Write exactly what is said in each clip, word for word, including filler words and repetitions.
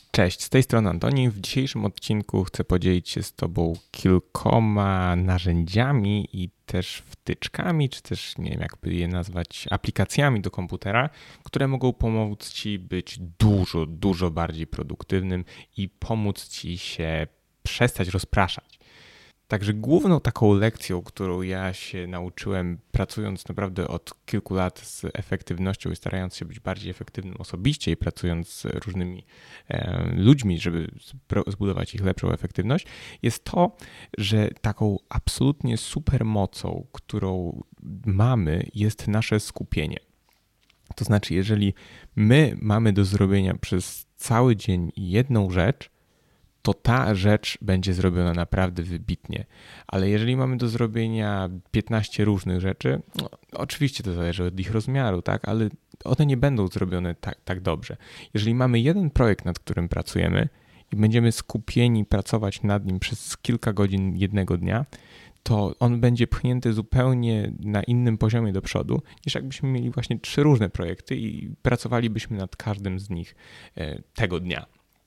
Cześć, z tej strony Antoni. W dzisiejszym odcinku chcę podzielić się z Tobą kilkoma narzędziami i też wtyczkami, czy też nie wiem jakby je nazwać, aplikacjami do komputera, które mogą pomóc Ci być dużo, dużo bardziej produktywnym i pomóc Ci się przestać rozpraszać. Także główną taką lekcją, którą ja się nauczyłem pracując naprawdę od kilku lat z efektywnością i starając się być bardziej efektywnym osobiście i pracując z różnymi e, ludźmi, żeby zbudować ich lepszą efektywność, jest to, że taką absolutnie super mocą, którą mamy, jest nasze skupienie. To znaczy, jeżeli my mamy do zrobienia przez cały dzień jedną rzecz, to ta rzecz będzie zrobiona naprawdę wybitnie. Ale jeżeli mamy do zrobienia piętnaście różnych rzeczy, no, oczywiście to zależy od ich rozmiaru, tak, ale one nie będą zrobione tak, tak dobrze. Jeżeli mamy jeden projekt, nad którym pracujemy i będziemy skupieni pracować nad nim przez kilka godzin jednego dnia, to on będzie pchnięty zupełnie na innym poziomie do przodu, niż jakbyśmy mieli właśnie trzy różne projekty i pracowalibyśmy nad każdym z nich tego dnia.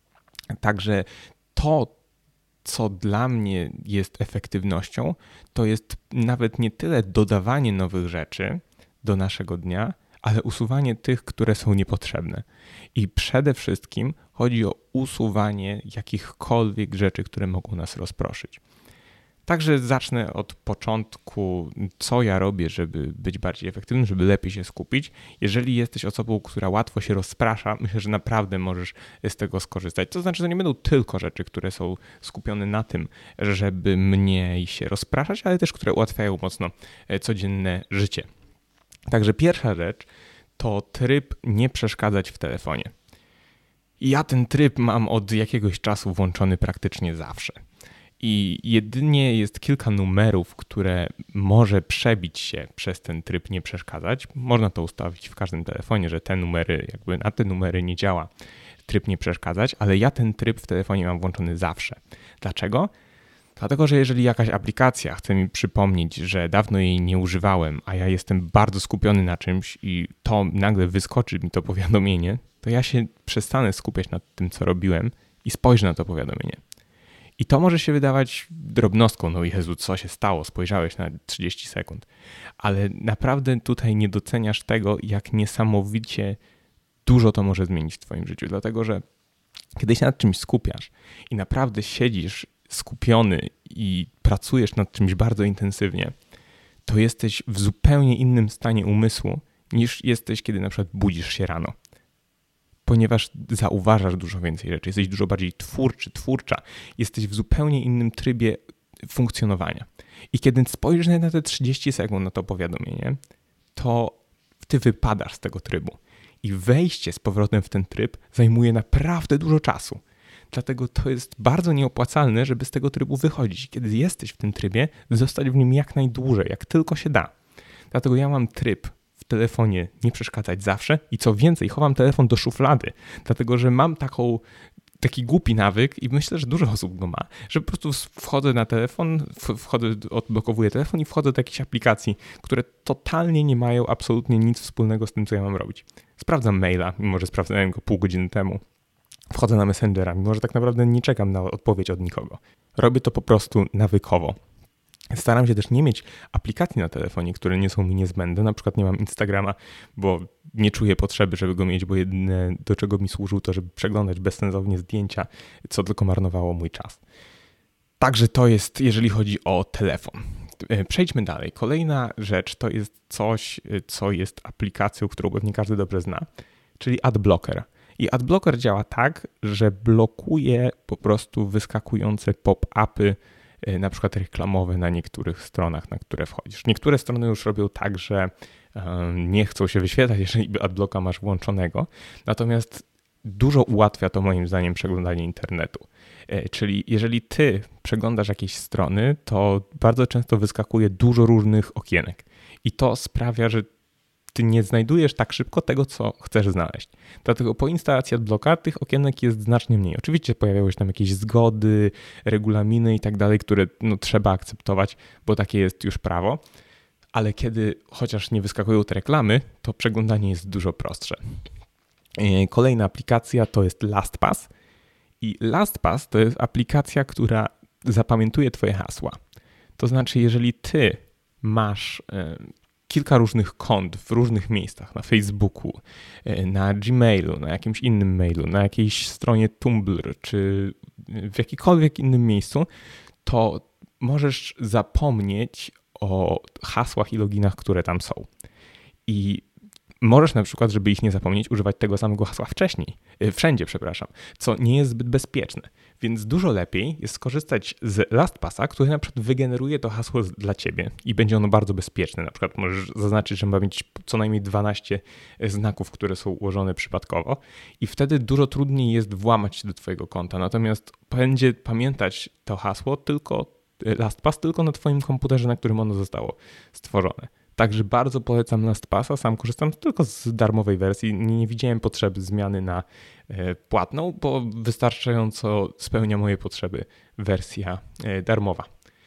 Także to, co dla mnie jest efektywnością, to jest nawet nie tyle dodawanie nowych rzeczy do naszego dnia, ale usuwanie tych, które są niepotrzebne. I przede wszystkim chodzi o usuwanie jakichkolwiek rzeczy, które mogą nas rozproszyć. Także zacznę od początku, co ja robię, żeby być bardziej efektywnym, żeby lepiej się skupić. Jeżeli jesteś osobą, która łatwo się rozprasza, myślę, że naprawdę możesz z tego skorzystać. To znaczy, to nie będą tylko rzeczy, które są skupione na tym, żeby mniej się rozpraszać, ale też które ułatwiają mocno codzienne życie. Także pierwsza rzecz to tryb nie przeszkadzać w telefonie. I ja ten tryb mam od jakiegoś czasu włączony praktycznie zawsze. I jedynie jest kilka numerów, które może przebić się przez ten tryb nie przeszkadzać. Można to ustawić w każdym telefonie, że te numery, jakby na te numery nie działa tryb nie przeszkadzać, ale ja ten tryb w telefonie mam włączony zawsze. Dlaczego? Dlatego, że jeżeli jakaś aplikacja chce mi przypomnieć, że dawno jej nie używałem, a ja jestem bardzo skupiony na czymś i to nagle wyskoczy mi to powiadomienie, to ja się przestanę skupiać nad tym, co robiłem i spojrzę na to powiadomienie. I to może się wydawać drobnostką, no Jezu, co się stało, spojrzałeś na trzydzieści sekund, ale naprawdę tutaj nie doceniasz tego, jak niesamowicie dużo to może zmienić w twoim życiu, dlatego że kiedy się nad czymś skupiasz i naprawdę siedzisz skupiony i pracujesz nad czymś bardzo intensywnie, to jesteś w zupełnie innym stanie umysłu niż jesteś, kiedy na przykład budzisz się rano. Ponieważ zauważasz dużo więcej rzeczy, jesteś dużo bardziej twórczy, twórcza, jesteś w zupełnie innym trybie funkcjonowania. I kiedy spojrzysz na te trzydzieści sekund na to powiadomienie, to ty wypadasz z tego trybu. I wejście z powrotem w ten tryb zajmuje naprawdę dużo czasu. Dlatego to jest bardzo nieopłacalne, żeby z tego trybu wychodzić. Kiedy jesteś w tym trybie, zostać w nim jak najdłużej, jak tylko się da. Dlatego ja mam tryb w telefonie nie przeszkadzać zawsze i co więcej, chowam telefon do szuflady, dlatego że mam taką, taki głupi nawyk i myślę, że dużo osób go ma, że po prostu wchodzę na telefon, wchodzę, odblokowuję telefon i wchodzę do jakichś aplikacji, które totalnie nie mają absolutnie nic wspólnego z tym, co ja mam robić. Sprawdzam maila, mimo że sprawdzałem go pół godziny temu. Wchodzę na Messengera, mimo że tak naprawdę nie czekam na odpowiedź od nikogo. Robię to po prostu nawykowo. Staram się też nie mieć aplikacji na telefonie, które nie są mi niezbędne. Na przykład nie mam Instagrama, bo nie czuję potrzeby, żeby go mieć, bo jedyne do czego mi służył to, żeby przeglądać bezsensownie zdjęcia, co tylko marnowało mój czas. Także to jest, jeżeli chodzi o telefon. Przejdźmy dalej. Kolejna rzecz to jest coś, co jest aplikacją, którą pewnie każdy dobrze zna, czyli AdBlocker. I AdBlocker działa tak, że blokuje po prostu wyskakujące pop-upy, na przykład reklamowe na niektórych stronach, na które wchodzisz. Niektóre strony już robią tak, że nie chcą się wyświetlać, jeżeli adblocka masz włączonego, natomiast dużo ułatwia to moim zdaniem przeglądanie internetu. Czyli jeżeli ty przeglądasz jakieś strony, to bardzo często wyskakuje dużo różnych okienek i to sprawia, że ty nie znajdujesz tak szybko tego, co chcesz znaleźć. Dlatego po instalacji AdBlocka tych okienek jest znacznie mniej. Oczywiście pojawiały się tam jakieś zgody, regulaminy i tak dalej, które no, trzeba akceptować, bo takie jest już prawo. Ale kiedy chociaż nie wyskakują te reklamy, to przeglądanie jest dużo prostsze. Kolejna aplikacja to jest LastPass I LastPass to jest aplikacja, która zapamiętuje twoje hasła. To znaczy, jeżeli ty masz kilka różnych kont w różnych miejscach, na Facebooku, na Gmailu, na jakimś innym mailu, na jakiejś stronie Tumblr, czy w jakikolwiek innym miejscu, to możesz zapomnieć o hasłach i loginach, które tam są. I możesz na przykład, żeby ich nie zapomnieć, używać tego samego hasła wcześniej, wszędzie, przepraszam, co nie jest zbyt bezpieczne. Więc dużo lepiej jest skorzystać z LastPassa, który na przykład wygeneruje to hasło dla ciebie i będzie ono bardzo bezpieczne. Na przykład możesz zaznaczyć, że ma mieć co najmniej dwanaście znaków, które są ułożone przypadkowo i wtedy dużo trudniej jest włamać się do twojego konta. Natomiast będzie pamiętać to hasło tylko LastPass, tylko na twoim komputerze, na którym ono zostało stworzone. Także bardzo polecam LastPassa, sam korzystam tylko z darmowej wersji, nie widziałem potrzeby zmiany na płatną, bo wystarczająco spełnia moje potrzeby wersja darmowa.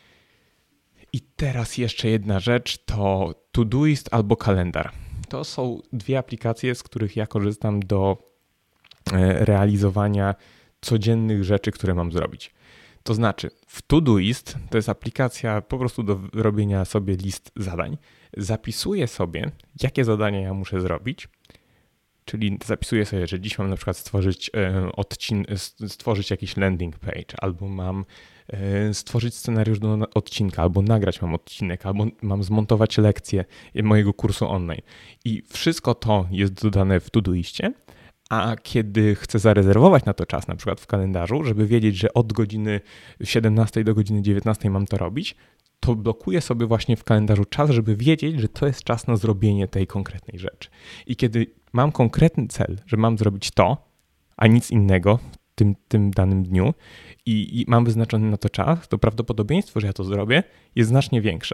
I teraz jeszcze jedna rzecz, to Todoist albo kalendar. To są dwie aplikacje, z których ja korzystam do realizowania codziennych rzeczy, które mam zrobić. To znaczy, w Todoist to jest aplikacja po prostu do robienia sobie list zadań. Zapisuję sobie, jakie zadania ja muszę zrobić, czyli zapisuję sobie, że dziś mam na przykład stworzyć, e, odcin- stworzyć jakiś landing page, albo mam e, stworzyć scenariusz do odcinka, albo nagrać mam odcinek, albo mam zmontować lekcję mojego kursu online. I wszystko to jest dodane w Todoistie. A kiedy chcę zarezerwować na to czas, na przykład w kalendarzu, żeby wiedzieć, że od godziny siedemnastej do godziny dziewiętnastej mam to robić, to blokuję sobie właśnie w kalendarzu czas, żeby wiedzieć, że to jest czas na zrobienie tej konkretnej rzeczy. I kiedy mam konkretny cel, że mam zrobić to, a nic innego w tym, tym danym dniu i, i mam wyznaczony na to czas, to prawdopodobieństwo, że ja to zrobię, jest znacznie większe.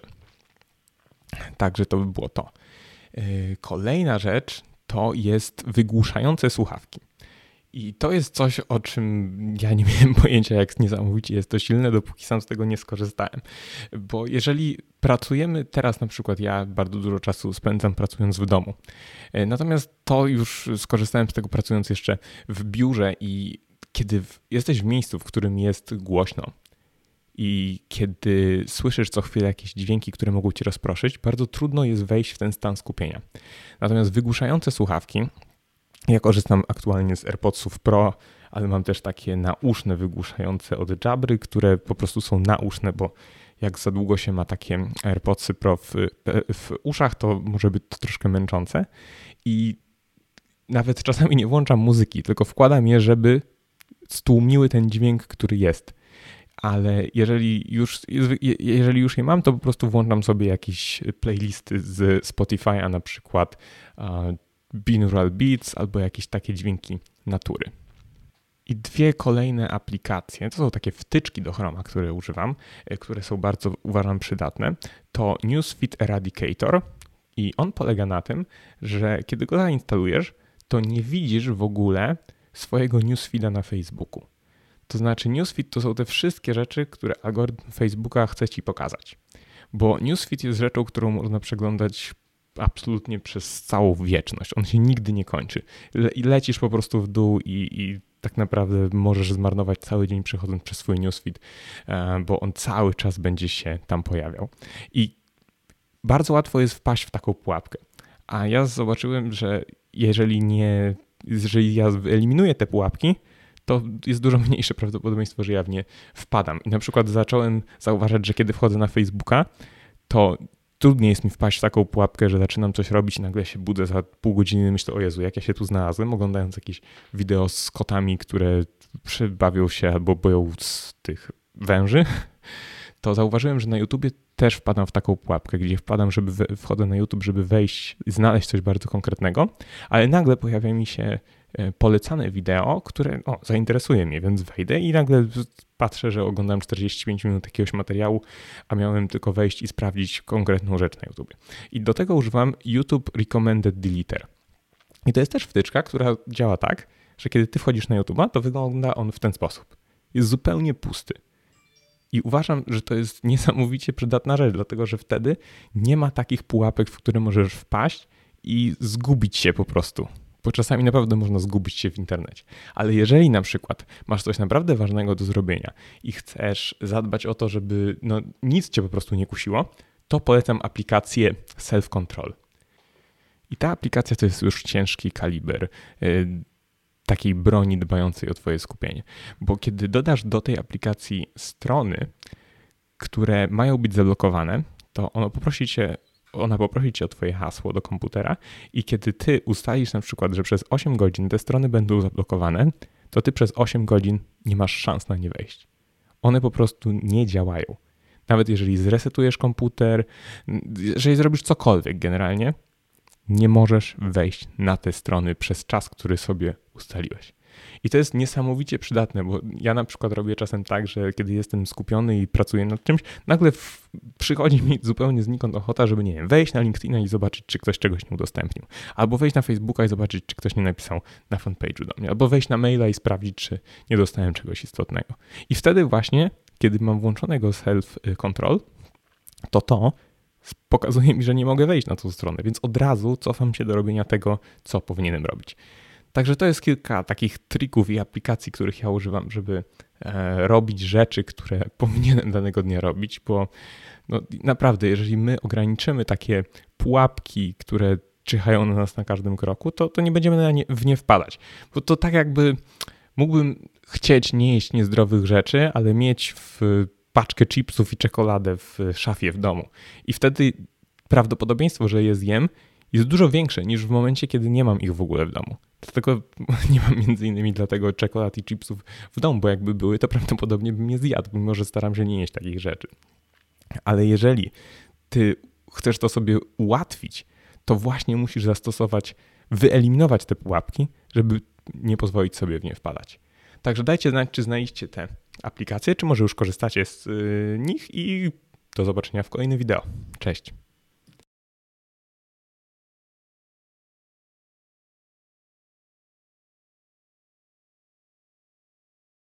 Także to by było to. Yy, kolejna rzecz to jest wygłuszające słuchawki. I to jest coś, o czym ja nie miałem pojęcia, jak niesamowicie jest to silne, dopóki sam z tego nie skorzystałem. Bo jeżeli pracujemy, teraz na przykład ja bardzo dużo czasu spędzam pracując w domu. Natomiast to już skorzystałem z tego pracując jeszcze w biurze i kiedy jesteś w miejscu, w którym jest głośno i kiedy słyszysz co chwilę jakieś dźwięki, które mogą cię rozproszyć, bardzo trudno jest wejść w ten stan skupienia. Natomiast wygłuszające słuchawki, ja korzystam aktualnie z AirPodsów Pro, ale mam też takie nauszne wygłuszające od Jabry, które po prostu są nauszne, bo jak za długo się ma takie AirPodsy Pro w, w uszach, to może być to troszkę męczące. I nawet czasami nie włączam muzyki, tylko wkładam je, żeby stłumiły ten dźwięk, który jest. Ale jeżeli już, jeżeli już je mam, to po prostu włączam sobie jakieś playlisty z Spotify'a, na przykład binaural beats albo jakieś takie dźwięki natury. I dwie kolejne aplikacje, to są takie wtyczki do Chroma, które używam, które są bardzo, uważam, przydatne, to Newsfeed Eradicator i on polega na tym, że kiedy go zainstalujesz, to nie widzisz w ogóle swojego newsfeeda na Facebooku. To znaczy newsfeed to są te wszystkie rzeczy, które algorytm Facebooka chce ci pokazać. Bo newsfeed jest rzeczą, którą można przeglądać absolutnie przez całą wieczność. On się nigdy nie kończy. Le- i lecisz po prostu w dół i, i tak naprawdę możesz zmarnować cały dzień przechodząc przez swój newsfeed, bo on cały czas będzie się tam pojawiał. I bardzo łatwo jest wpaść w taką pułapkę. A ja zobaczyłem, że jeżeli nie, jeżeli ja wyeliminuję te pułapki, to jest dużo mniejsze prawdopodobieństwo, że ja w nie wpadam. I na przykład zacząłem zauważać, że kiedy wchodzę na Facebooka, to trudniej jest mi wpaść w taką pułapkę, że zaczynam coś robić i nagle się budzę za pół godziny i myślę, o Jezu, jak ja się tu znalazłem, oglądając jakieś wideo z kotami, które bawią się albo boją z tych węży, to zauważyłem, że na YouTubie też wpadam w taką pułapkę, gdzie wpadam, żeby we, wchodzę na YouTube, żeby wejść i znaleźć coś bardzo konkretnego, ale nagle pojawia mi się polecane wideo, które o, zainteresuje mnie, więc wejdę i nagle patrzę, że oglądam czterdzieści pięć minut jakiegoś materiału, a miałem tylko wejść i sprawdzić konkretną rzecz na YouTube. I do tego używam YouTube Recommended Deleter. I to jest też wtyczka, która działa tak, że kiedy ty wchodzisz na YouTube'a, to wygląda on w ten sposób. Jest zupełnie pusty. I uważam, że to jest niesamowicie przydatna rzecz, dlatego że wtedy nie ma takich pułapek, w które możesz wpaść i zgubić się po prostu. bo czasami naprawdę można zgubić się w internecie. Ale jeżeli na przykład masz coś naprawdę ważnego do zrobienia i chcesz zadbać o to, żeby no, nic cię po prostu nie kusiło, to polecam aplikację Self Control. I ta aplikacja to jest już ciężki kaliber yy, takiej broni dbającej o twoje skupienie. Bo kiedy dodasz do tej aplikacji strony, które mają być zablokowane, to ono poprosi cię, ona poprosi cię o twoje hasło do komputera i kiedy ty ustalisz na przykład, że przez osiem godzin te strony będą zablokowane, to ty przez osiem godzin nie masz szans na nie wejść. One po prostu nie działają. Nawet jeżeli zresetujesz komputer, jeżeli zrobisz cokolwiek generalnie, nie możesz wejść na te strony przez czas, który sobie ustaliłeś. I to jest niesamowicie przydatne, bo ja na przykład robię czasem tak, że kiedy jestem skupiony i pracuję nad czymś, nagle w, przychodzi mi zupełnie znikąd ochota, żeby, nie wiem, wejść na LinkedIna i zobaczyć, czy ktoś czegoś nie udostępnił. Albo wejść na Facebooka i zobaczyć, czy ktoś nie napisał na fanpage'u do mnie. Albo wejść na maila i sprawdzić, czy nie dostałem czegoś istotnego. I wtedy właśnie, kiedy mam włączonego self-control, to to pokazuje mi, że nie mogę wejść na tą stronę, więc od razu cofam się do robienia tego, co powinienem robić. Także to jest kilka takich trików i aplikacji, których ja używam, żeby e, robić rzeczy, które powinienem danego dnia robić, bo no, naprawdę, jeżeli my ograniczymy takie pułapki, które czyhają na nas na każdym kroku, to, to nie będziemy na nie, w nie wpadać. Bo to tak jakby mógłbym chcieć nie jeść niezdrowych rzeczy, ale mieć w paczkę chipsów i czekoladę w szafie w domu. I wtedy prawdopodobieństwo, że je zjem, jest dużo większe niż w momencie, kiedy nie mam ich w ogóle w domu. Dlatego nie mam między innymi dlatego czekolad i chipsów w domu, bo jakby były, to prawdopodobnie bym je zjadł, mimo że staram się nie jeść takich rzeczy. Ale jeżeli ty chcesz to sobie ułatwić, to właśnie musisz zastosować, wyeliminować te pułapki, żeby nie pozwolić sobie w nie wpadać. Także dajcie znać, czy znaliście te aplikacje, czy może już korzystacie z nich i do zobaczenia w kolejnym wideo. Cześć!